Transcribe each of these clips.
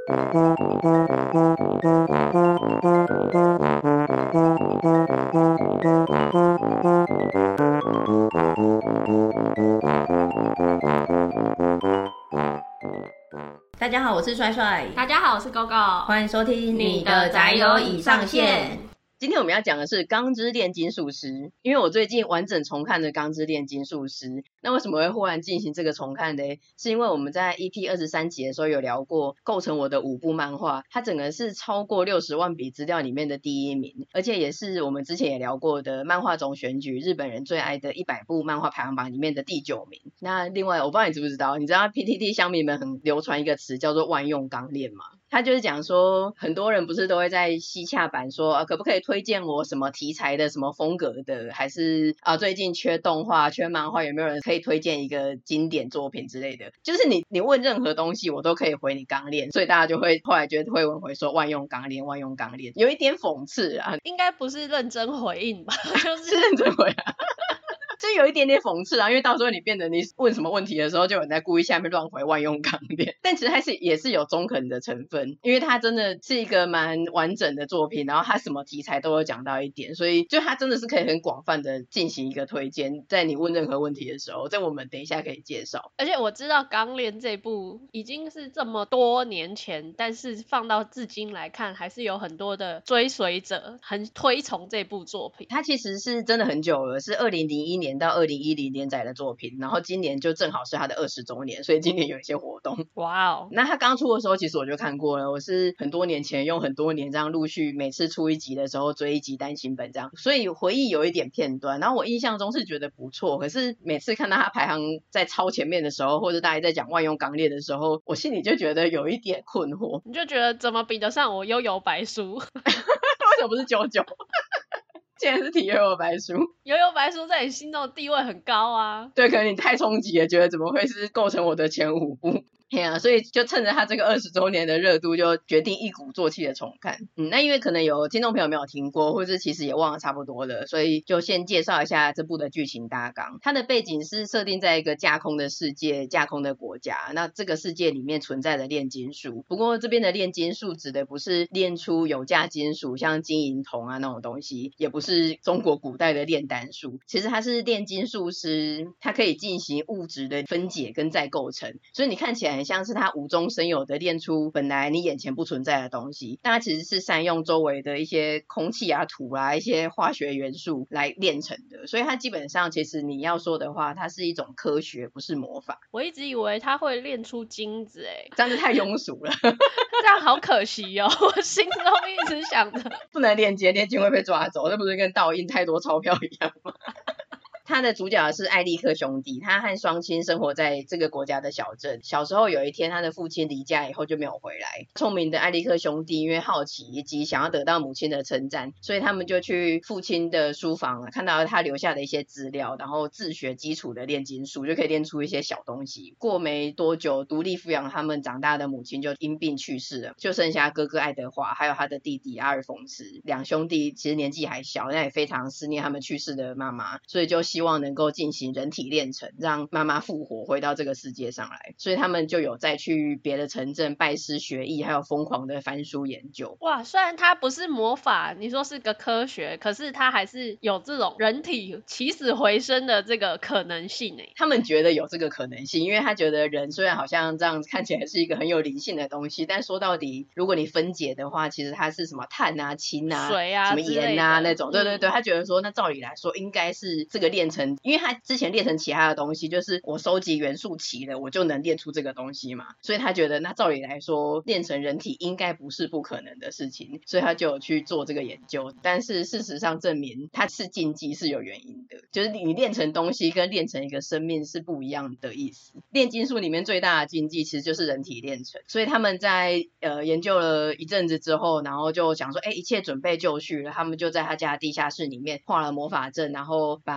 大家好，我是帅帅。 大家好，我是 GoGo。 欢迎收听你的宅友已上线。 今天我们要讲的是《钢之炼金术师》，因为我最近完整重看了《钢之炼金术师》。那为什么会忽然进行这个重看呢？是因为我们在 EP23 集的时候有聊过构成我的5部漫画，它整个是超过60万笔资料里面的第一名，而且也是我们之前也聊过的漫画总选举日本人最爱的100部漫画排行榜里面的第9名。那另外我不知道你知不知道，你知道 PTT 乡民们很流传一个词叫做万用钢炼吗？他就是讲说很多人不是都会在西洽版说可不可以推荐我什么题材的什么风格的，还是最近缺动画缺漫画，有没有人可以推荐一个经典作品之类的，就是你问任何东西我都可以回你钢炼，所以大家就会后来觉得会文回说万用钢炼万用钢炼，有一点讽刺啊， 应该不是认真回应吧， 就是认真回啊就有一点点讽刺啊，因为到时候你变得你问什么问题的时候就有人在故意下面乱回万用钢炼，但其实它也是有中肯的成分，因为它真的是一个蛮完整的作品，然后它什么题材都有讲到一点，所以就它真的是可以很广泛的进行一个推荐，在你问任何问题的时候，这我们等一下可以介绍。 而且我知道钢炼这部已经是这么多年前，但是放到至今来看还是有很多的追随者很推崇这部作品。 它其实是真的很久了，是2001年到2010连载的作品，然后今年就正好是它的20周年，所以今年有一些活动。 哇哦！ 那它刚出的时候其实我就看过了，我是很多年前用很多年这样陆续每次出一集的时候追一集单行本这样，所以回忆有一点片段，然后我印象中是觉得不错，可是每次看到它排行在超前面的时候，或者大家在讲万用钢炼的时候，我心里就觉得有一点困惑。 你就觉得怎么比得上我悠悠白书为什么不是99竟然是提悠悠白书， 悠悠白书在你心中的地位很高啊。 对，可能你太冲击了，觉得怎么会是构成我的前5部所以就趁着他这个20周年的热度，就决定一鼓作气的重看。那因为可能有听众朋友没有听过，或是其实也忘了差不多了，所以就先介绍一下这部的剧情大纲。它的背景是设定在一个架空的世界，架空的国家，那这个世界里面存在的炼金术，不过这边的炼金术指的不是炼出有价金属像金银铜啊那种东西，也不是中国古代的炼丹术，其实它是炼金术师，它可以进行物质的分解跟再构成，所以你看起来很像是他无中生有的炼出本来你眼前不存在的东西，但它其实是善用周围的一些空气啊土啊一些化学元素来炼成的，所以它基本上其实你要说的话，它是一种科学不是魔法。 我一直以为他会炼出金子这样子太庸俗了这样好可惜哦，我心中一直想着不能炼金，炼金会被抓走，这不是跟盗印太多钞票一样吗他的主角是艾利克兄弟，他和双亲生活在这个国家的小镇。小时候有一天他的父亲离家以后就没有回来，聪明的艾利克兄弟因为好奇以及想要得到母亲的称赞，所以他们就去父亲的书房看到他留下的一些资料，然后自学基础的炼金术，就可以炼出一些小东西。过没多久，独立抚养他们长大的母亲就因病去世了，就剩下哥哥爱德华还有他的弟弟阿尔冯斯。两兄弟其实年纪还小，但也非常思念他们去世的妈妈，所以就希望能够进行人体炼成，让妈妈复活回到这个世界上来，所以他们就有再去别的城镇拜师学艺，还有疯狂的翻书研究。 哇，虽然它不是魔法，你说是个科学，可是它还是有这种人体起死回生的这个可能性他们觉得有这个可能性，因为他觉得人虽然好像这样看起来是一个很有灵性的东西，但说到底如果你分解的话，其实它是什么碳啊氢啊水啊什么盐啊那种，对对对，他觉得说那照理来说应该是这个炼成，因为他之前炼成其他的东西就是我收集元素齐了我就能炼出这个东西嘛，所以他觉得那照理来说炼成人体应该不是不可能的事情，所以他就有去做这个研究。但是事实上证明它是禁忌是有原因的，就是你炼成东西跟炼成一个生命是不一样的意思。炼金术里面最大的禁忌其实就是人体炼成，所以他们在研究了一阵子之后，然后就想说一切准备就绪了，他们就在他家地下室里面画了魔法阵，然后把他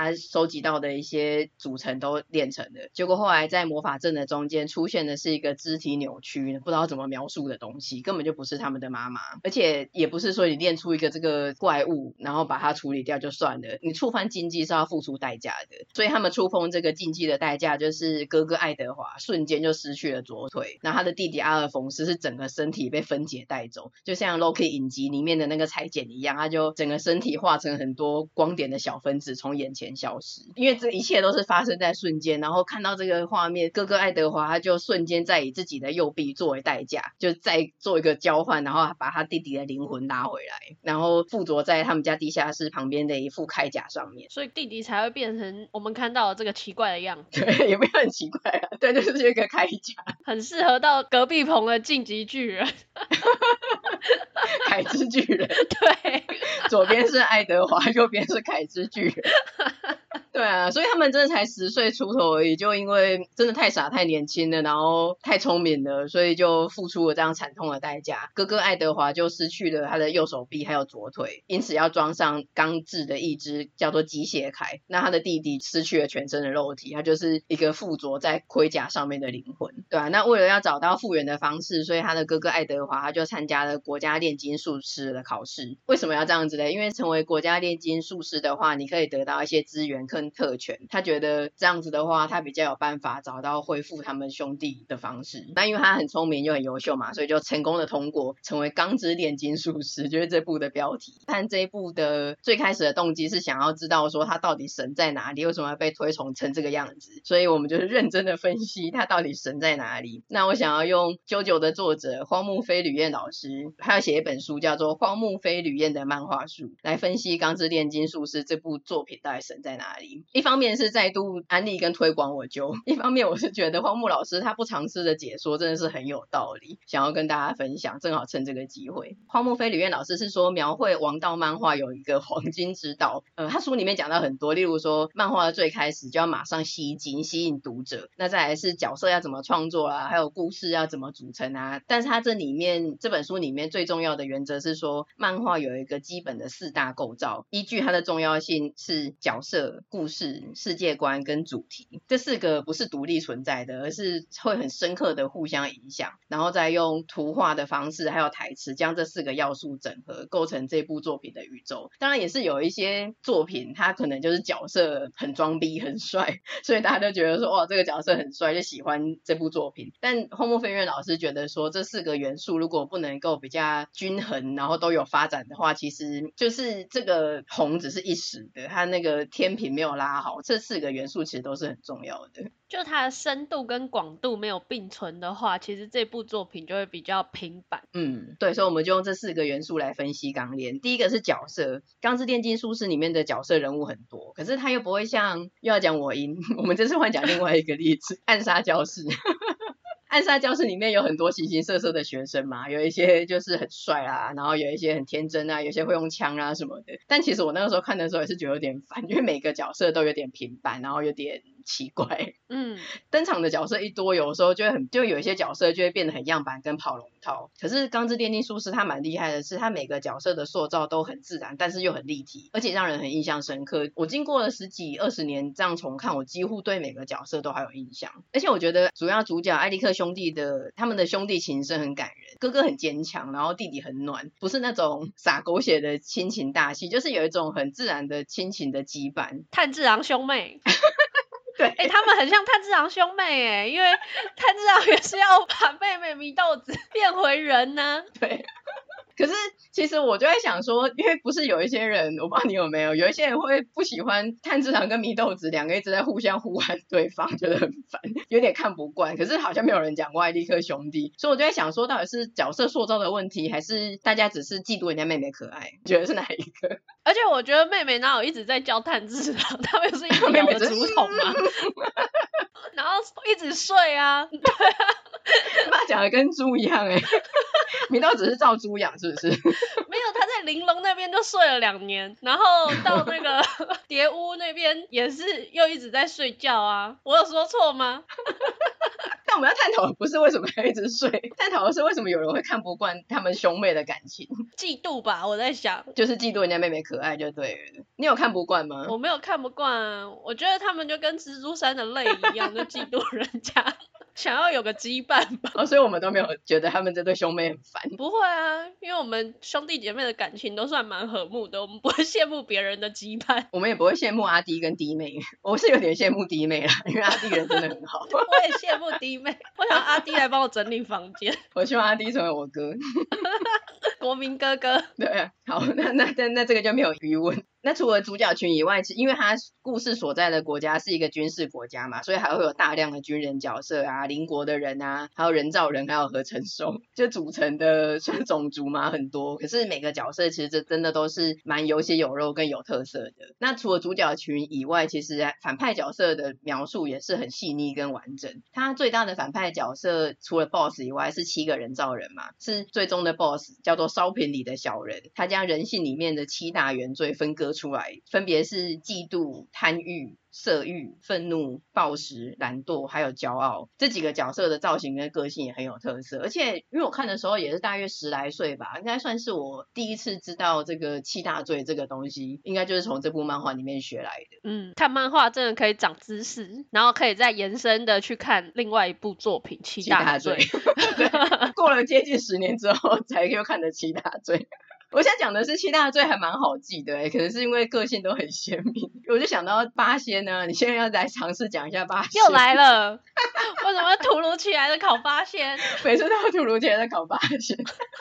他收集到的一些组成都练成了。结果后来在魔法阵的中间出现的是一个肢体扭曲不知道怎么描述的东西，根本就不是他们的妈妈，而且也不是说你练出一个这个怪物然后把它处理掉就算了，你触犯禁忌是要付出代价的。所以他们触碰这个禁忌的代价就是哥哥爱德华瞬间就失去了左腿，然后他的弟弟阿尔冯斯是整个身体被分解带走，就像 Loki 影集里面的那个裁剪一样，他就整个身体化成很多光点的小分子从眼前消失。因为这一切都是发生在瞬间，然后看到这个画面，哥哥爱德华他就瞬间再以自己的右臂作为代价，就再做一个交换，然后把他弟弟的灵魂拉回来，然后附着在他们家地下室旁边的一副铠甲上面， 所以弟弟才会变成我们看到的这个奇怪的样子。 对，也没有很奇怪啊，对，就是一个铠甲， 很适合到隔壁棚的晋级巨人。 铠之巨人， 对， 左边是爱德华，右边是铠之巨人。对啊，所以他们真的才10岁出头而已，就因为真的太傻太年轻了，然后太聪明了，所以就付出了这样惨痛的代价。哥哥爱德华就失去了他的右手臂还有左腿，因此要装上钢制的义肢叫做机械铠。那他的弟弟失去了全身的肉体，他就是一个附着在盔甲上面的灵魂。对啊，那为了要找到复原的方式，所以他的哥哥爱德华他就参加了国家炼金术师的考试。为什么要这样子呢？因为成为国家炼金术师的话，你可以得到一些资源跟特权，他觉得这样子的话他比较有办法找到恢复他们兄弟的方式。那因为他很聪明又很优秀嘛，所以就成功的通过成为钢之炼金术师，就是这部的标题。看这一部的最开始的动机是想要知道说他到底神在哪里，为什么要被推崇成这个样子，所以我们就是认真的分析他到底神在哪里。那我想要用JoJo的作者荒木飞吕彦老师，他要写一本书叫做荒木飞吕彦的漫画书，来分析钢之炼金术师这部作品到底神在哪里。一方面是再度安利跟推广我就，一方面我是觉得荒木老师他不藏私的解说真的是很有道理，想要跟大家分享，正好趁这个机会。荒木飞吕彦老师是说描绘王道漫画有一个黄金之道，他书里面讲到很多，例如说漫画的最开始就要马上吸睛吸引读者，那再来是角色要怎么创作啊，还有故事要怎么组成啊。但是他这本书里面最重要的原则是说，漫画有一个基本的4大构造，依据它的重要性是角色、故事、世界观跟主题，这4个不是独立存在的，而是会很深刻的互相影响，然后再用图画的方式还有台词将这4个要素整合，构成这部作品的宇宙。当然也是有一些作品它可能就是角色很装逼很帅，所以大家都觉得说哇这个角色很帅就喜欢这部作品。但荒木飞吕彦老师觉得说这4个元素如果不能够比较均衡然后都有发展的话，其实就是这个红只是一时的，它那个天平没有拉好，这4个元素其实都是很重要的。 就它的深度跟广度没有并存的话，其实这部作品就会比较平板。 对，所以我们就用这4个元素来分析钢炼。第一个是角色，钢之炼金术师里面的角色人物很多，可是他又不会像又要讲我音，我们这次换讲另外一个例子，暗杀教室。暗杀教室里面有很多形形色色的学生嘛，有一些就是很帅啊，然后有一些很天真啊，有些会用枪啊什么的。但其实我那个时候看的时候也是觉得有点烦，因为每个角色都有点平板，然后有点奇怪。登场的角色一多，有时候就有一些角色就会变得很样板跟跑龙套。可是钢之炼金术师他蛮厉害的是，他每个角色的塑造都很自然，但是又很立体，而且让人很印象深刻。我经过了10几20年这样重看，我几乎对每个角色都还有印象。而且我觉得主要主角艾利克兄弟他们的兄弟情深很感人，哥哥很坚强，然后弟弟很暖，不是那种洒狗血的亲情大戏，就是有一种很自然的亲情的羁绊。 炭治郎兄妹对， 他们很像炭治郎兄妹因为炭治郎也是要把妹妹祢豆子变回人呢。 对。可是其实我就在想说，因为不是有一些人，我不知道你有没有一些人会不喜欢炭治郎跟祢豆子两个一直在互相呼喊对方，觉得很烦，有点看不惯。可是好像没有人讲过艾利克兄弟，所以我就在想说，到底是角色塑造的问题，还是大家只是嫉妒人家妹妹可爱？觉得是哪一个？ 而且我觉得妹妹哪有一直在教炭治郎，他们是一直咬着竹筒嘛然后一直睡啊。对啊， 妈讲的跟猪一样祢豆子是照猪养是不是？ 没有，他在玲珑那边就睡了2年，然后到那个蝶屋那边也是又一直在睡觉啊。我有说错吗？ 但我们要探讨的不是为什么要一直睡，探讨的是为什么有人会看不惯他们兄妹的感情。 嫉妒吧，我在想。 就是嫉妒人家妹妹可爱就对了。你有看不惯吗？ 我没有看不惯啊，我觉得他们就跟蜘蛛山的泪一样，就嫉妒人家。想要有个羁绊吧。 所以我们都没有觉得他们这对兄妹很烦。 不会啊，因为我们兄弟姐妹的感情都算蛮和睦的，我们不会羡慕别人的羁绊。 我们也不会羡慕阿弟跟弟妹，我是有点羡慕弟妹啦，因为阿弟人真的很好。 我也羡慕弟妹，我想阿弟来帮我整理房间。 我希望阿弟成为我哥。 国民哥哥。 对啊，好，那这个就没有疑问。那除了主角群以外，因为他故事所在的国家是一个军事国家嘛，所以还会有大量的军人角色啊，邻国的人啊，还有人造人，还有合成兽，就组成的算种族嘛，很多。可是每个角色其实这真的都是蛮有血有肉更有特色的。那除了主角群以外，其实反派角色的描述也是很细腻跟完整。他最大的反派角色除了 BOSS 以外是7个人造人嘛，是最终的 BOSS 叫做烧瓶里的小人，他将人性里面的7大原罪分割出来，分别是嫉妒、贪欲、色欲、愤怒、暴食、懒惰还有骄傲。这几个角色的造型跟个性也很有特色，而且因为我看的时候也是大约10来岁吧，应该算是我第一次知道这个7大罪这个东西，应该就是从这部漫画里面学来的。 看漫画真的可以长知识，然后可以再延伸的去看另外一部作品7大罪。 过了接近10年之后才又看的7大罪。我现在讲的是7大罪还蛮好记的可能是因为个性都很鲜明。我就想到八仙呢，你现在要来尝试讲一下八仙。 又来了，为什么突如其来的考八仙？ 每次都要突如其来的考八仙。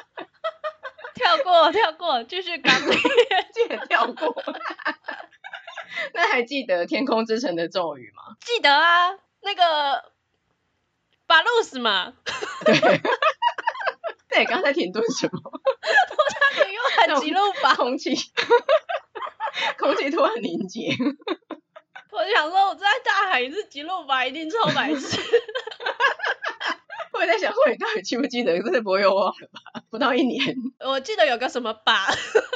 跳过，继续刚烈。 记得跳过。那还记得天空之城的咒语吗？ 记得啊，那个巴鲁斯嘛。 对。对，刚才停顿什么？ 我差点又喊吉路吧。 空气突然凝结。 我想说，我在大海是吉路吧，一定超白痴。 我在想说，你到底记不记得？真的不会又忘了吧？不到1年。 我记得有个什么吧。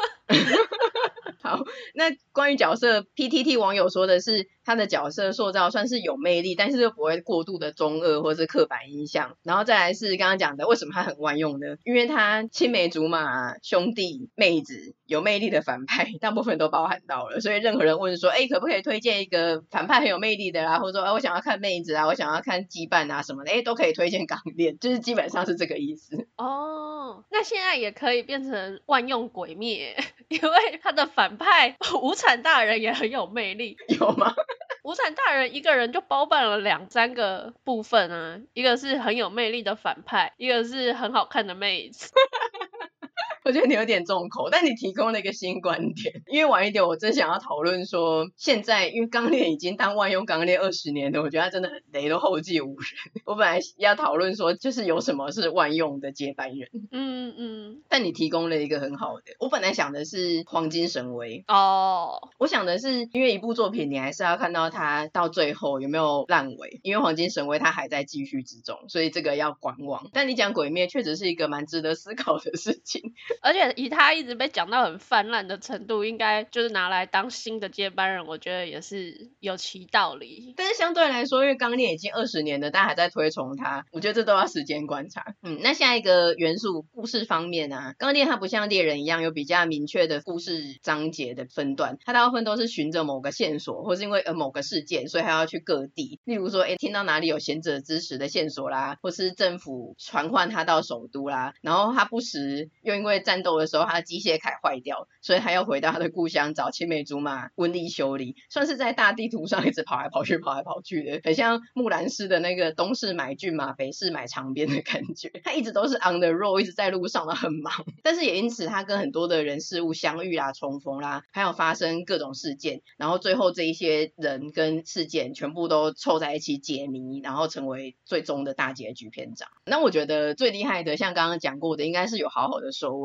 好，那关于角色 PTT 网友说的是他的角色塑造算是有魅力，但是又不会过度的中二或是刻板印象。然后再来是刚刚讲的为什么他很万用呢？因为他青梅竹马、兄弟、妹子有魅力的反派大部分都包含到了，所以任何人问说可不可以推荐一个反派很有魅力的啦，或者说我想要看妹子啊，我想要看羁绊啊什么的都可以推荐钢炼，就是基本上是这个意思。 那现在也可以变成万用鬼灭，因为他的反派无惨大人也很有魅力。 有吗？ 无惨大人一个人就包办了2-3个部分啊，一个是很有魅力的反派，一个是很好看的妹子。 我觉得你有点重口，但你提供了一个新观点。因为晚一点我真想要讨论说，现在因为钢炼已经当万用钢炼20年了，我觉得他真的很雷，都后继无人。我本来要讨论说就是有什么是万用的接班人。但你提供了一个很好的。我本来想的是黄金神威。我想的是因为一部作品你还是要看到它到最后有没有烂尾，因为黄金神威它还在继续之中，所以这个要观望。但你讲鬼灭确实是一个蛮值得思考的事情。 而且以他一直被讲到很泛滥的程度，应该就是拿来当新的接班人，我觉得也是有其道理。 但是相对来说，因为钢炼已经20年了，大家还在推崇它，我觉得这都要时间观察。那下一个元素故事方面啊，钢炼它不像猎人一样有比较明确的故事章节的分段，它大部分都是循着某个线索，或是因为某个事件，所以它要去各地。例如说听到哪里有贤者之石的线索啦，或是政府传唤他到首都啦，然后他不时又因为战斗的时候他的机械铠坏掉，所以他要回到他的故乡找青梅竹马温丽修理，算是在大地图上一直跑来跑去的，很像木兰诗的那个东市买骏马北市买长鞭的感觉。他一直都是 on the road， 一直在路上的很忙，但是也因此他跟很多的人事物相遇啦、重逢啦，还有发生各种事件，然后最后这一些人跟事件全部都凑在一起解谜，然后成为最终的大结局篇章。那我觉得最厉害的像刚刚讲过的应该是有好好的收尾，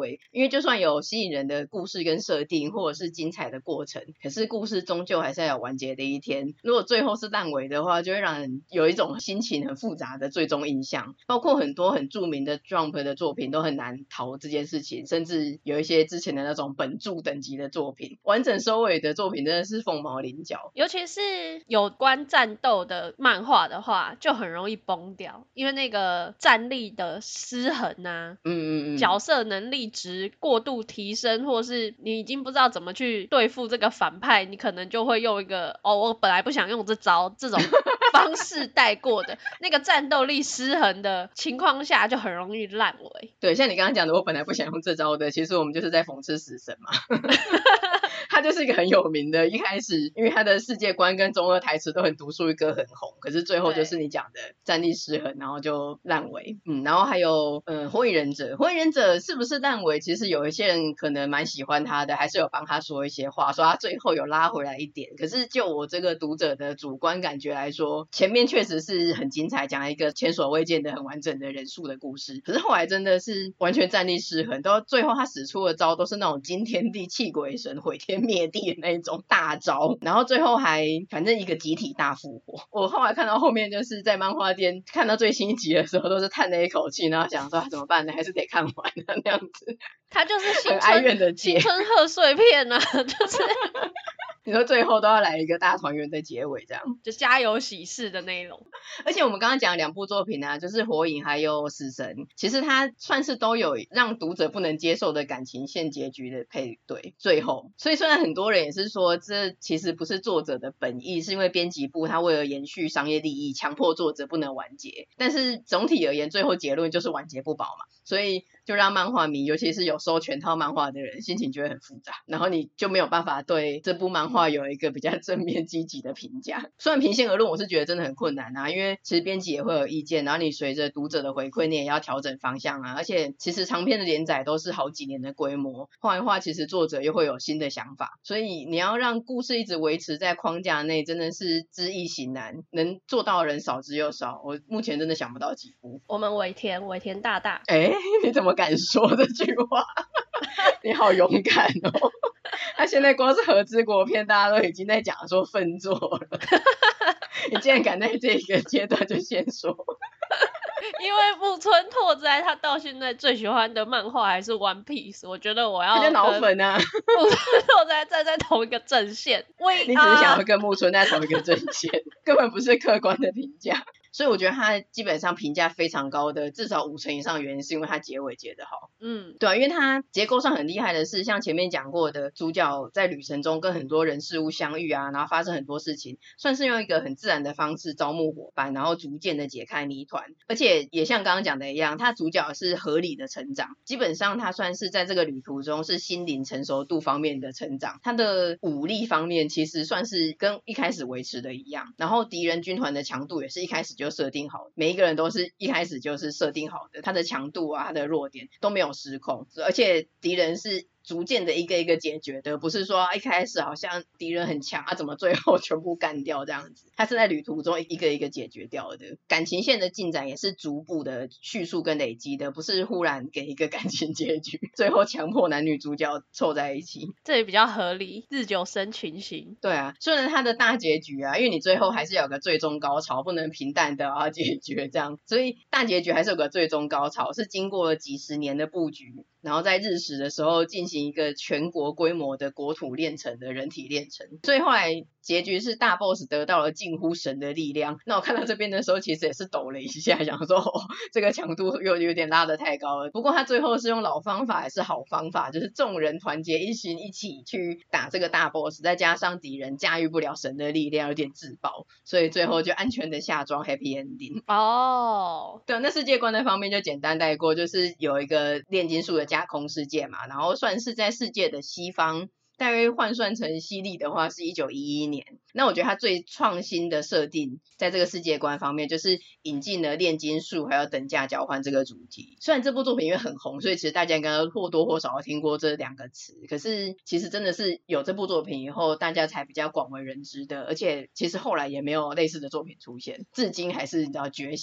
尾，因为就算有吸引人的故事跟设定，或者是精彩的过程，可是故事终究还是要有完结的一天。如果最后是烂尾的话，就会让人有一种心情很复杂的最终印象。包括很多很著名的 Jump 的作品都很难逃这件事情，甚至有一些之前的那种本著等级的作品，完整收尾的作品真的是凤毛麟角。 尤其是有关战斗的漫画的话，就很容易崩掉，因为那个战力的失衡啊，角色能力值过度提升，或是你已经不知道怎么去对付这个反派，你可能就会用一个我本来不想用这招这种方式带过的那个战斗力失衡的情况下，就很容易烂尾。 对，像你刚刚讲的，我本来不想用这招的，其实我们就是在讽刺死神嘛。他就是一个很有名的，一开始因为他的世界观跟中二台词都很独树一格很红，可是最后就是你讲的战力失衡，然后就烂尾。然后还有火影忍者，火影忍者是不是烂尾，其实有一些人可能蛮喜欢他的，还是有帮他说一些话，说他最后有拉回来一点，可是就我这个读者的主观感觉来说，前面确实是很精彩，讲了一个前所未见的很完整的忍术的故事，可是后来真的是完全战力失衡，到最后他使出的招都是那种惊天地泣鬼神毁天灭地的那种大招，然后最后还反正一个集体大复活。我后来看到后面就是在漫画店看到最新一集的时候都是叹了一口气，然后想说怎么办呢，还是得看完那样子。 他就是很哀怨的青春贺岁片啊，就是你说最后都要来一个大团圆的结尾，这样就家有喜事的内容。 而且我们刚刚讲两部作品啊，就是火影还有死神，其实它算是都有让读者不能接受的感情线结局的配对最后，所以虽然很多人也是说这其实不是作者的本意，是因为编辑部他为了延续商业利益强迫作者不能完结，但是总体而言最后结论就是完结不保嘛，所以就让漫画迷尤其是有收全套漫画的人心情就会很复杂，然后你就没有办法对这部漫画有一个比较正面积极的评价。虽然平心而论我是觉得真的很困难啊，因为其实编辑也会有意见，然后你随着读者的回馈你也要调整方向啊，而且其实长篇的连载都是好几年的规模，画一画其实作者又会有新的想法，所以你要让故事一直维持在框架内真的是知易行难，能做到的人少之又少，我目前真的想不到几部。 我们尾田大大你怎么敢说这句话？你好勇敢哦。他现在光是和之国篇大家都已经在讲说粪作了。你竟然敢在这个阶段就先说。 因为木村拓哉他到现在最喜欢的漫画还是 One Piece， 我觉得我要跟脑粉啊， 木村拓哉站在同一个阵线。 你只是想要跟木村在同一个阵线，根本不是客观的评价。所以我觉得他基本上评价非常高的，至少50%以上的原因是因为他结尾结得好。对啊，因为他结构上很厉害的是，像前面讲过的，主角在旅程中跟很多人事物相遇啊，然后发生很多事情，算是用一个很自然的方式招募伙伴，然后逐渐的解开谜团。而且也像刚刚讲的一样，他主角是合理的成长，基本上他算是在这个旅途中是心灵成熟度方面的成长，他的武力方面其实算是跟一开始维持的一样，然后敌人军团的强度也是一开始就设定好，每一个人都是一开始就是设定好的，他的强度啊，他的弱点都没有失控，而且敌人是逐渐的一个一个解决的，不是说一开始好像敌人很强啊，怎么最后全部干掉这样子，他是在旅途中一个一个解决掉的。感情线的进展也是逐步的叙述跟累积的，不是忽然给一个感情结局，最后强迫男女主角凑在一起， 这也比较合理，日久生群型。 对啊，虽然他的大结局啊，因为你最后还是有个最终高潮，不能平淡的解决这样，所以大结局还是有个最终高潮，是经过了几十年的布局，然后在日食的时候进行一个全国规模的国土炼成的人体炼成，所以后来结局是大 boss 得到了近乎神的力量。那我看到这边的时候其实也是抖了一下，想说这个强度又有点拉得太高了，不过他最后是用老方法还是好方法，就是众人团结一心一起去打这个大 boss， 再加上敌人驾驭不了神的力量，有点自爆，所以最后就安全的下装 happy ending。 对，那世界观的方面就简单带过，就是有一个炼金术的架空世界嘛，然后算是在世界的西方，大约换算成西历的话是1911年。那我觉得它最创新的设定在这个世界观方面，就是引进了炼金术还有等价交换这个主题。虽然这部作品因为很红，所以其实大家应该或多或少听过这两个词，可是其实真的是有这部作品以后大家才比较广为人知的，而且其实后来也没有类似的作品出现，至今还是你知道绝响。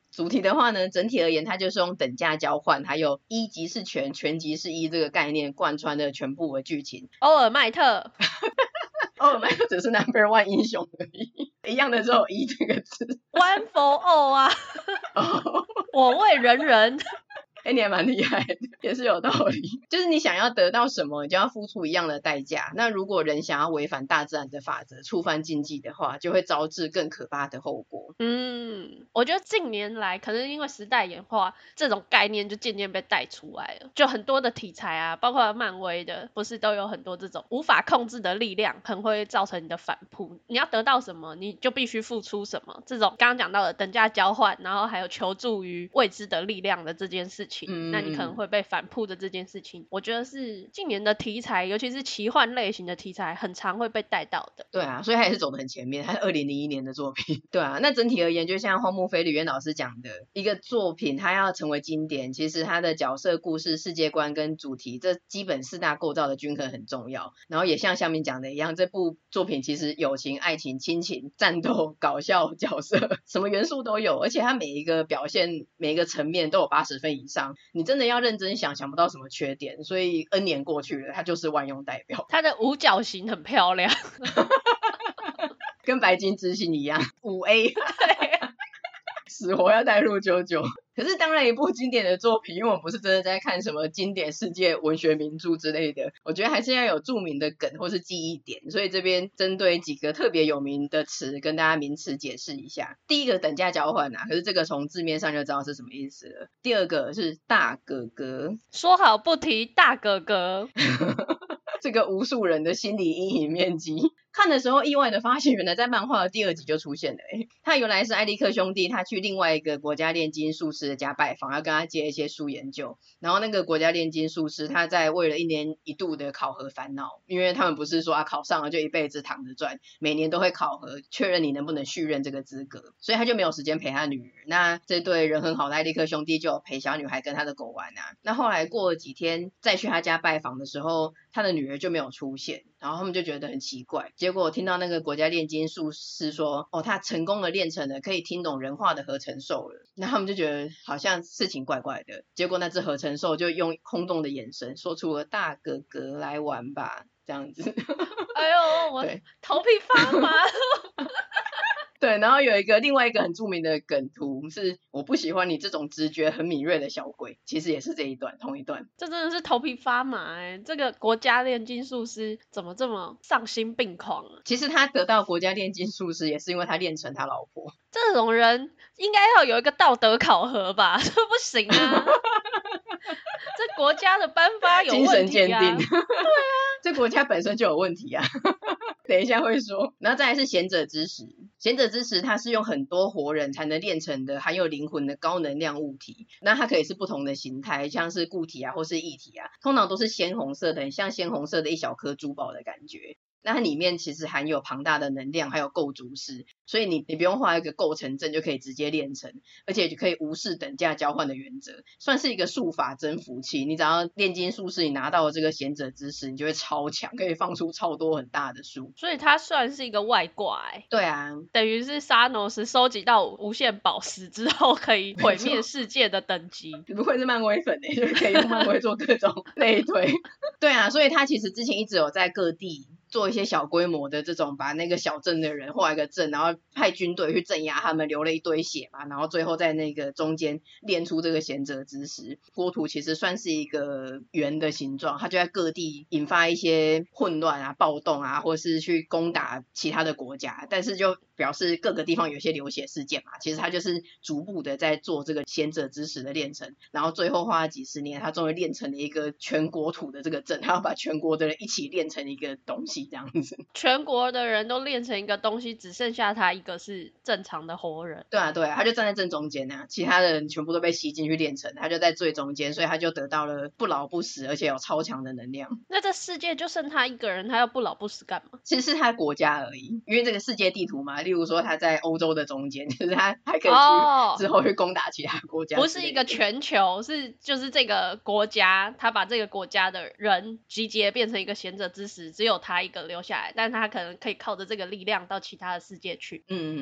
主题的话呢，整体而言它就是用等价交换还有一即是全，全即是一这个概念贯穿的全部的剧情。 欧尔麦特欧尔麦特只是 No.1 英雄而已，一样的只有一这个字 One for all 啊我为人人你还蛮厉害的，也是有道理。就是你想要得到什么，你就要付出一样的代价。那如果人想要违反大自然的法则，触犯禁忌的话，就会招致更可怕的后果。 我觉得近年来可能因为时代演化，这种概念就渐渐被带出来了。就很多的题材啊，包括漫威的，不是都有很多这种无法控制的力量，很会造成你的反扑。你要得到什么，你就必须付出什么。这种刚刚讲到的等价交换，然后还有求助于未知的力量的这件事情。那你可能会被反扑的这件事情，我觉得是近年的题材，尤其是奇幻类型的题材，很常会被带到的。 对啊，所以他也是走得很前面，他是2001年的作品。对啊，那整体而言，就像荒木飞吕彦老师讲的，一个作品它要成为经典，其实它的角色、故事、世界观跟主题这基本4大构造的均衡很重要。然后也像下面讲的一样，这部作品其实友情、爱情、亲情、战斗、搞笑、角色什么元素都有，而且它每一个表现、每一个层面都有80分以上。你真的要认真想，想不到什么缺点，所以 N 年过去了，它就是万用代表。 它的五角形很漂亮跟白金之星一样5A 死活要带入啾啾。可是当然一部经典的作品，因为我们不是真的在看什么经典世界文学名著之类的，我觉得还是要有著名的梗或是记忆点，所以这边针对几个特别有名的词跟大家名词解释一下。第一个等价交换啊，可是这个从字面上就知道是什么意思了。第二个是大哥哥， 说好不提大哥哥这个无数人的心理阴影面积，看的时候意外的发现，原来在漫画的第2集就出现了。他原来是艾利克兄弟，他去另外一个国家炼金术师的家拜访，要跟他借一些书研究。然后那个国家炼金术师，他在为了1年1度的考核烦恼，因为他们不是说考上了就一辈子躺着赚，每年都会考核，确认你能不能续任这个资格，所以他就没有时间陪他女儿。那这对人很好的艾利克兄弟就有陪小女孩跟他的狗玩啊。那后来过了几天再去他家拜访的时候，他的女儿就没有出现，然后他们就觉得很奇怪。结果听到那个国家炼金术师说，他成功的炼成了可以听懂人话的合成兽了，那他们就觉得好像事情怪怪的。结果那只合成兽就用空洞的眼神说出了大哥哥来玩吧这样子哎呦我头皮发麻对，然后另外一个很著名的梗图是我不喜欢你这种直觉很敏锐的小鬼，其实也是这一段同一段。 这真的是头皮发麻这个国家炼金术师怎么这么丧心病狂啊？ 其实他得到国家炼金术师也是因为他炼成他老婆。 这种人应该要有一个道德考核吧这不行啊这国家的颁发有问题啊，精神鉴定对啊这国家本身就有问题啊等一下会说。然后再来是贤者之石，贤者之石它是用很多活人才能炼成的含有灵魂的高能量物体，那它可以是不同的形态，像是固体啊或是液体啊，通常都是鲜红色的，很像鲜红色的一小颗珠宝的感觉。那它里面其实含有庞大的能量还有构筑式，所以你不用画一个构成阵就可以直接炼成，而且就可以无视等价交换的原则，算是一个术法征服器。你只要炼金术士，你拿到了这个贤者之石，你就会超强，可以放出超多很大的术， 所以它算是一个外挂对啊， 等于是沙诺斯收集到无限宝石之后可以毁灭世界的等级不愧是漫威粉就是可以用漫威做各种类推对啊，所以他其实之前一直有在各地做一些小规模的这种把那个小镇的人画一个阵，然后派军队去镇压他们，流了一堆血嘛，然后最后在那个中间炼出这个贤者之石。国土其实算是一个圆的形状，它就在各地引发一些混乱啊、暴动啊，或是去攻打其他的国家，但是就表示各个地方有一些流血事件嘛，其实它就是逐步的在做这个贤者之石的炼成，然后最后花了几十年，它终于炼成了一个全国土的这个阵，它要把全国的人一起炼成一个东西这样子， 全国的人都炼成一个东西，只剩下他一个是正常的活人。 对啊对啊，他就站在正中间啊，其他的人全部都被吸进去炼成，他就在最中间，所以他就得到了不老不死而且有超强的能量。 那这世界就剩他一个人，他要不老不死干嘛？ 其实是他国家而已，因为这个世界地图嘛，例如说他在欧洲的中间，就是他还可以去之后去攻打其他国家， 不是一个全球，是就是这个国家，他把这个国家的人集结变成一个贤者之石，只有他一个留下来，但他可能可以靠着这个力量到其他的世界去。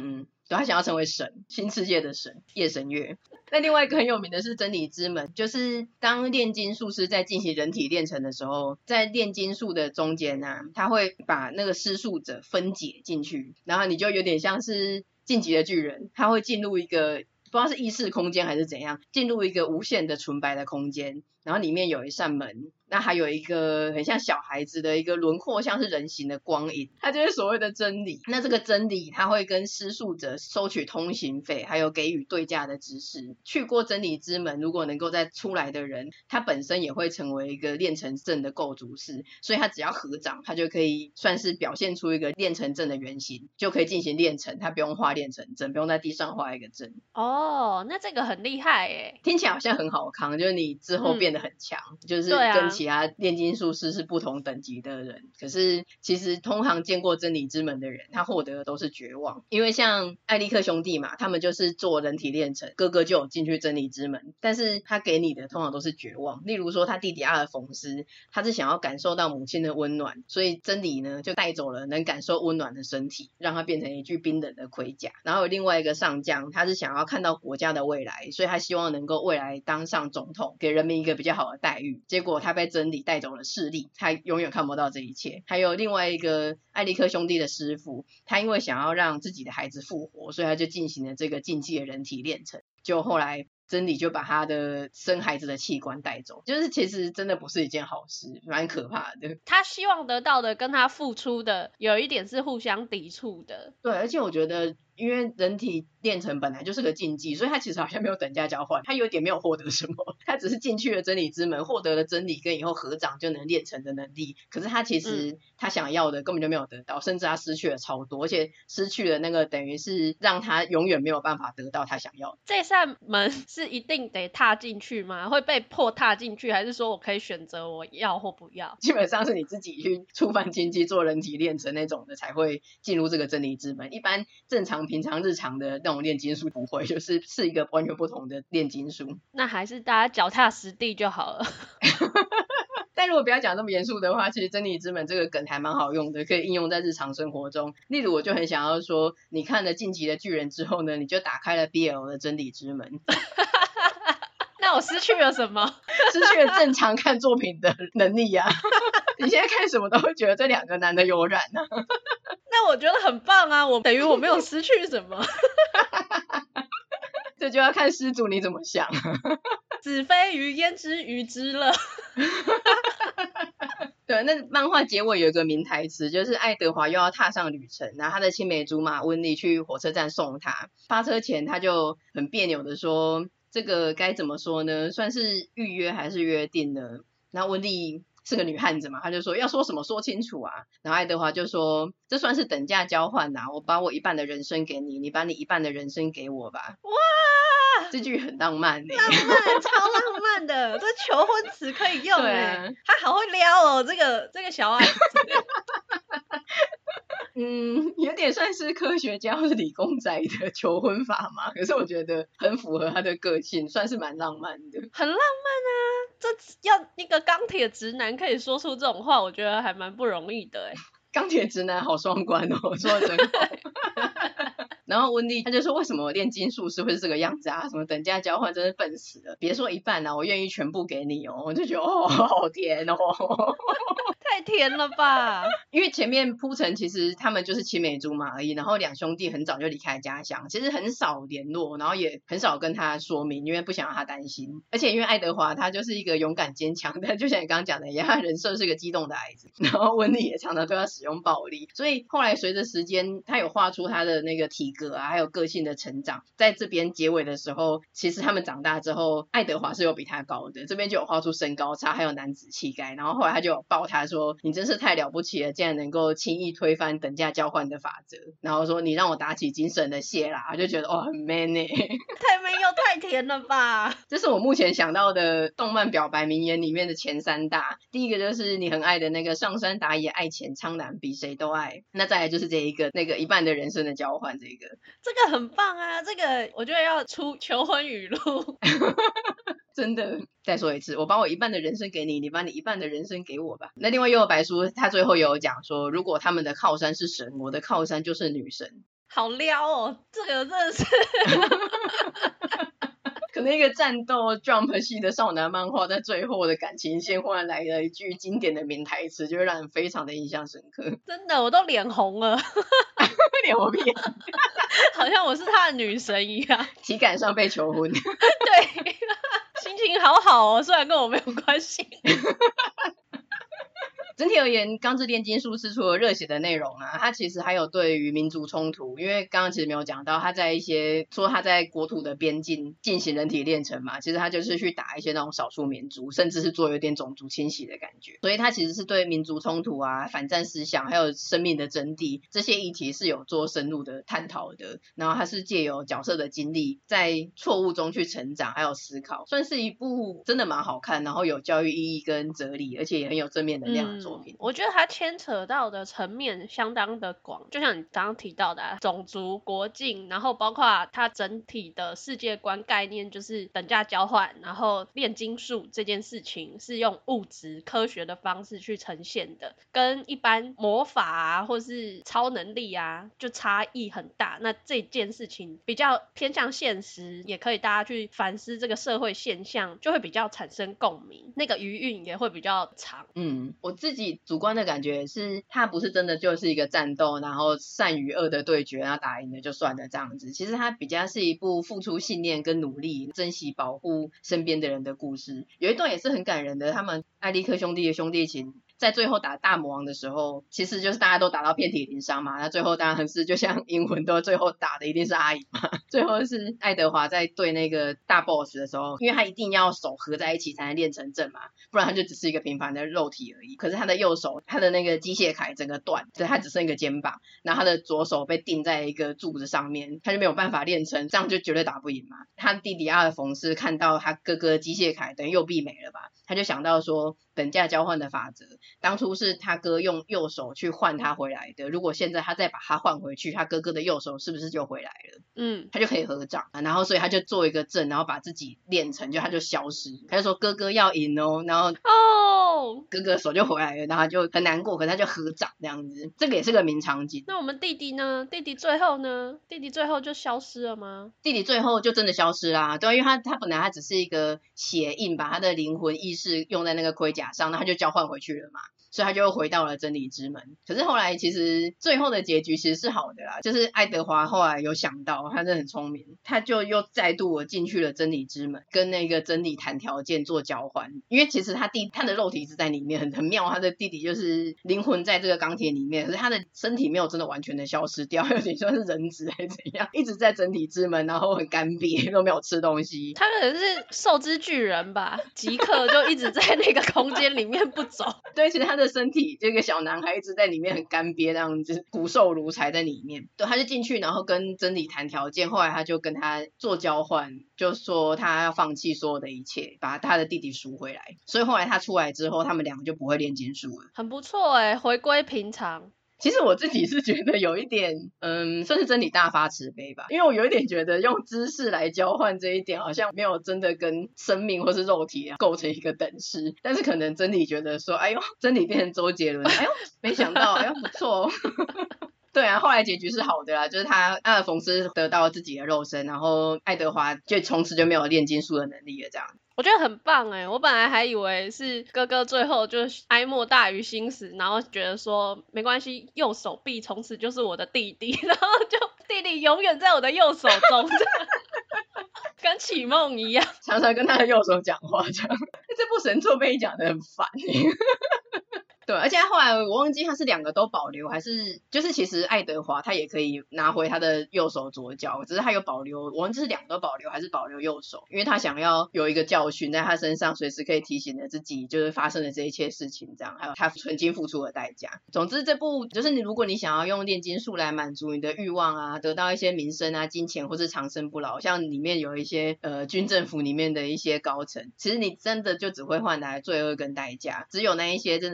对，他想要成为神，新世界的神，夜神月。那另外一个很有名的是真理之门，就是当炼金术师在进行人体炼成的时候，在炼金术的中间啊，他会把那个施术者分解进去，然后你就有点像是进击的巨人，他会进入一个不知道是意识空间还是怎样，进入一个无限的纯白的空间，然后里面有一扇门，那还有一个很像小孩子的一个轮廓像是人形的光影，它就是所谓的真理。那这个真理它会跟施术者收取通行费，还有给予对价的知识。去过真理之门如果能够再出来的人，他本身也会成为一个炼成阵的构筑师，所以他只要合掌，他就可以算是表现出一个炼成阵的原型，就可以进行炼成，他不用画炼成阵，不用在地上画一个阵。 哦，那这个很厉害耶， 听起来好像很好康，就是你之后变得很强，就是跟其他炼金术师是不同等级的人。可是其实通常见过真理之门的人，他获得的都是绝望。因为像艾利克兄弟嘛，他们就是做人体炼成，哥哥就有进去真理之门，但是他给你的通常都是绝望。例如说他弟弟阿尔冯斯，他是想要感受到母亲的温暖，所以真理呢就带走了能感受温暖的身体，让他变成一具冰冷的盔甲。然后有另外一个上将，他是想要看到国家的未来，所以他希望能够未来当上总统，给人民一个比较好的待遇。结果他被真理带走了视力，他永远看不到这一切。还有另外一个艾利克兄弟的师傅，他因为想要让自己的孩子复活，所以他就进行了这个禁忌的人体炼成。就后来真理就把他的生孩子的器官带走，就是其实真的不是一件好事，蛮可怕的。 他希望得到的跟他付出的有一点是互相抵触的。 对，而且我觉得因为人体炼成本来就是个禁忌，所以他其实好像没有等价交换，他有点没有获得什么，他只是进去了真理之门，获得了真理跟以后合掌就能炼成的能力。可是他其实他想要的根本就没有得到，甚至他失去了超多，而且失去了那个等于是让他永远没有办法得到他想要的。 这扇门是一定得踏进去吗？会被迫踏进去，还是说我可以选择我要或不要？ 基本上是你自己去触犯禁忌做人体炼成那种的才会进入这个真理之门，一般正常平常日常的那种炼金术不会，就是一个完全不同的炼金术。 那还是大家脚踏实地就好了。 但如果不要讲那么严肃的话，其实真理之门这个梗还蛮好用的，可以应用在日常生活中。例如我就很想要说，你看了晋级的巨人之后呢，你就打开了 BL 的真理之门。 那我失去了什么？ 失去了正常看作品的能力啊。你现在看什么都会觉得这两个男的有染啊。 那我觉得很棒啊，我等于我没有失去什么。 这就要看施主你怎么想。 子非鱼焉知鱼之乐。 对，那漫画结尾有一个名台词，就是爱德华又要踏上旅程，然后他的青梅竹马温妮去火车站送他，发车前他就很别扭的说，这个该怎么说呢，算是预约还是约定呢？然后温妮是个女汉子嘛，她就说要说什么说清楚啊。然后爱德华就说这算是等价交换啊，我把我一半的人生给你，你把你一半的人生给我吧。 哇， 这句很浪漫耶， 浪漫，超浪漫的，这求婚词可以用耶。 啊， 他好会撩哦，这个小矮子。 有点算是科学家或是理工仔的求婚法嘛，可是我觉得很符合他的个性，算是蛮浪漫的。 很浪漫啊，这要一个钢铁直男可以说出这种话，我觉得还蛮不容易的耶。 钢铁直男好双关哦，说得真好。然后温蒂他就说为什么炼金术师会是这个样子啊，什么等价交换真是笨死了，别说一半啊，我愿意全部给你哦。我就觉得哦好甜哦。 太甜了吧。 因为前面铺陈其实他们就是青梅竹马而已，然后两兄弟很早就离开家乡，其实很少联络，然后也很少跟他说明，因为不想让他担心。而且因为爱德华他就是一个勇敢坚强的，就像你刚刚讲的一样，他人设是个激动的孩子，然后温蒂也常常对他使用暴力，所以后来随着时间他有画出他的那个体格啊，还有个性的成长。在这边结尾的时候，其实他们长大之后爱德华是有比他高的，这边就有画出身高差还有男子气概，然后后来他就有抱他说你真是太了不起了，竟然能够轻易推翻等价交换的法则，然后说你让我打起精神的谢啦，就觉得哦很 man 耶。 太 man 又太甜了吧。 这是我目前想到的动漫表白名言里面的前三大，第一个就是你很爱的那个上山打野爱钱苍南比谁都爱，那再来就是这一个那个一半的人生的交换，这个很棒啊，这个我觉得要出求婚语录。 真的，再说一次，我把我一半的人生给你，你把你一半的人生给我吧。那另外又有白书他最后有讲说，如果他们的靠山是神，我的靠山就是女神。 好撩哦，这个真的是可能一个战斗 Jump 系的少男漫画，在最后的感情线忽然来了一句经典的名台词，就会让人非常的印象深刻。 真的，我都脸红了。 脸红屁好像我是他的女神一样。 体感上被求婚。 对，心情好好哦，虽然跟我没有关系。 整体而言，《钢之炼金术师》除了热血的内容啊，它其实还有对于民族冲突，因为刚刚其实没有讲到，他在一些说他在国土的边境进行人体炼成嘛，其实他就是去打一些那种少数民族，甚至是做有点种族清洗的感觉，所以他其实是对民族冲突啊、反战思想还有生命的真谛这些议题是有做深入的探讨的，然后他是借由角色的经历，在错误中去成长还有思考，算是一部真的蛮好看，然后有教育意义跟哲理，而且也很有正面能量的作品。 我觉得它牵扯到的层面相当的广，就像你刚刚提到的种族、国境，然后包括它整体的世界观概念，就是等价交换，然后炼金术这件事情是用物质科学的方式去呈现的，跟一般魔法啊或是超能力啊就差异很大。那这件事情比较偏向现实，也可以大家去反思这个社会现象，就会比较产生共鸣，那个余韵也会比较长。 我自己主观的感觉是，它不是真的就是一个战斗，然后善与恶的对决，然后打赢了就算了这样子。其实它比较是一部付出信念跟努力，珍惜保护身边的人的故事。有一段也是很感人的，他们艾利克兄弟的兄弟情。在最后打大魔王的时候，其实就是大家都打到遍体鳞伤嘛，那最后当然是就像银魂都最后打的一定是阿姨嘛，最后是爱德华在对那个大 boss 的时候，因为他一定要手合在一起才能练成阵嘛，不然他就只是一个平凡的肉体而已。可是他的右手，他的那个机械铠整个断，所以他只剩一个肩膀，然后他的左手被钉在一个柱子上面，他就没有办法练成，这样就绝对打不赢嘛。他弟弟阿尔冯斯看到他哥哥机械铠等于右臂没了吧，他就想到说等价交换的法则，当初是他哥用右手去换他回来的，如果现在他再把他换回去，他哥哥的右手是不是就回来了？他就可以合掌，然后所以他就做一个阵，然后把自己练成，就他就消失，他就说哥哥要赢哦，然后哥哥手就回来了，然后他就很难过，可是他就合掌这样子，这个也是个名场景。 那我们弟弟呢？弟弟最后呢？弟弟最后就消失了吗？ 弟弟最后就真的消失啦，对，因为他本来他只是一个血印，把他的灵魂意识用在那个盔甲上，那他就交换回去了嘛，所以他就回到了真理之门。可是后来其实最后的结局其实是好的啦，就是爱德华后来有想到，他真的很聪明，他就又再度进去了真理之门，跟那个真理谈条件做交换。因为其实他的肉体是在里面，很妙，他的弟弟就是灵魂在这个钢铁里面，可是他的身体没有真的完全的消失掉，有点像是人质还是怎样，一直在真理之门，然后很干瘪，都没有吃东西。 他可能是兽之巨人吧，即刻就一直在那个空间里面不走。 对，其实他的身体这个小男孩一直在里面很干瘪那样子，骨瘦如柴在里面。对，他就进去然后跟真理谈条件，后来他就跟他做交换，就说他要放弃所有的一切，把他的弟弟赎回来。所以后来他出来之后，他们两个就不会炼金术了。 很不错回归平常。 其实我自己是觉得有一点算是真理大发慈悲吧，因为我有一点觉得用知识来交换这一点好像没有真的跟生命或是肉体构成一个等式，但是可能真理觉得说哎呦，真理变成周杰伦，哎呦没想到，哎呦不错哦。对啊，后来结局是好的啦，就是他阿尔冯斯得到自己的肉身，然后爱德华就从此就没有炼金术的能力了这样。 我觉得很棒我本来还以为是哥哥最后就哀莫大于心死，然后觉得说没关系，右手臂从此就是我的弟弟，然后就弟弟永远在我的右手中。跟启梦一样， 常常跟他的右手讲话这样。这部神作被你讲得很烦对，而且后来我忘记他是两个都保留，还是就是其实爱德华他也可以拿回他的右手左脚，只是他有保留，我忘记是两个都保留还是保留右手，因为他想要有一个教训在他身上，随时可以提醒着自己就是发生的这一切事情这样，还有他曾经付出的代价。总之这部就是如果你想要用炼金术来满足你的欲望啊，得到一些名声啊、金钱或是长生不老，像里面有一些军政府里面的一些高层，其实你真的就只会换来罪恶跟代价，只有那一些真的是牺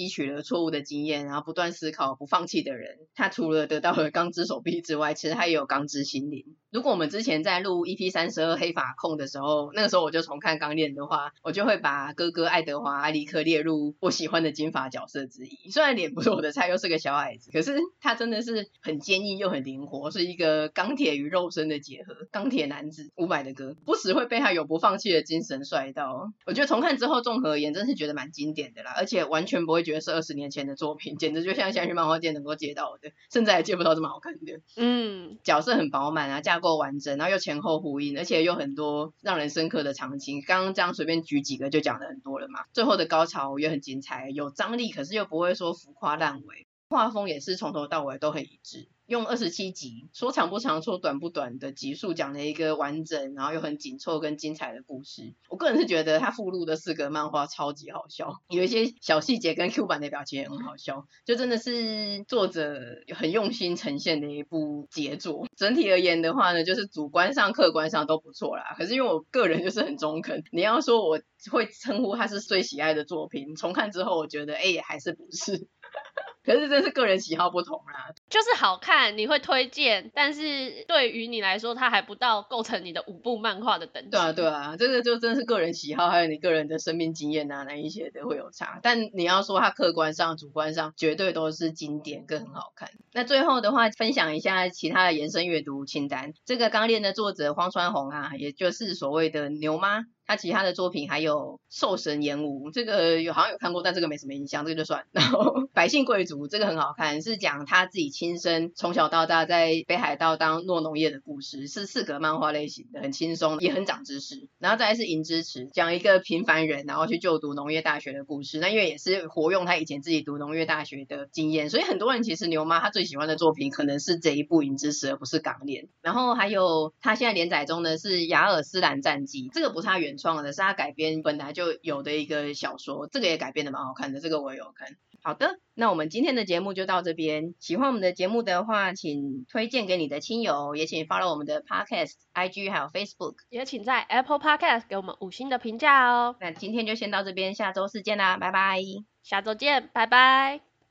汲取了错误的经验，然后不断思考不放弃的人，他除了得到了钢之手臂之外，其实他也有钢之心灵。如果我们之前在录 EP32 黑发控的时候，那个时候我就重看钢炼的话，我就会把哥哥爱德华·艾利克列入我喜欢的金发角色之一。虽然脸不是我的菜，又是个小矮子，可是他真的是很坚毅又很灵活，是一个钢铁与肉身的结合，钢铁男子。伍佰的歌不时会被他永不放弃的精神帅到。我觉得重看之后综合而言真是觉得蛮经典的啦，而且完全不会觉得是20年前的作品，简直就像现在去漫画店能够借到的，甚至还借不到这么好看的。角色很饱满啊，架构完整，然后又前后呼应，而且有很多让人深刻的场景，刚刚这样随便举几个就讲的很多了嘛。最后的高潮也很精彩，有张力，可是又不会说浮夸烂尾，画风也是从头到尾都很一致，用27集说长不长说短不短的集数讲了一个完整然后又很紧凑跟精彩的故事。我个人是觉得他附录的4个漫画超级好笑，有一些小细节跟 Q 版的表情也很好笑，就真的是作者很用心呈现的一部杰作。整体而言的话呢，就是主观上客观上都不错啦，可是因为我个人就是很中肯，你要说我会称呼他是最喜爱的作品，重看之后我觉得还是不是可是这是个人喜好不同啦， 就是好看你会推荐，但是对于你来说它还不到构成你的5部漫画的等级。 对啊，这个就真的是个人喜好，还有你个人的生命经验啊，那一些的会有差，但你要说它客观上主观上绝对都是经典更很好看。那最后的话分享一下其他的延伸阅读清单，这个钢炼的作者荒川弘啊，也就是所谓的牛妈，他其他的作品还有兽神炎武，这个好像有看过，但这个没什么印象，这个就算。然后百姓贵族这个很好看，是讲他自己亲身从小到大在北海道当诺农业的故事，是4格漫画类型的，很轻松也很长知识。然后再来是银之匙，讲一个平凡人然后去就读农业大学的故事，那因为也是活用他以前自己读农业大学的经验，所以很多人其实牛妈他最喜欢的作品可能是这一部银之匙而不是钢炼。然后还有他现在连载中的是雅尔斯兰战记，这个不是他原创的，是他改编本来就有的一个小说，这个也改编的蛮好看的，这个我也有看。好的，那我们今天的节目就到这边，喜欢我们的节目的话请推荐给你的亲友，也请 follow 我们的 podcast IG 还有 Facebook， 也请在 Apple Podcast 给我们5星的评价哦。 那今天就先到这边，下周四见啦，拜拜。 下周见，拜拜。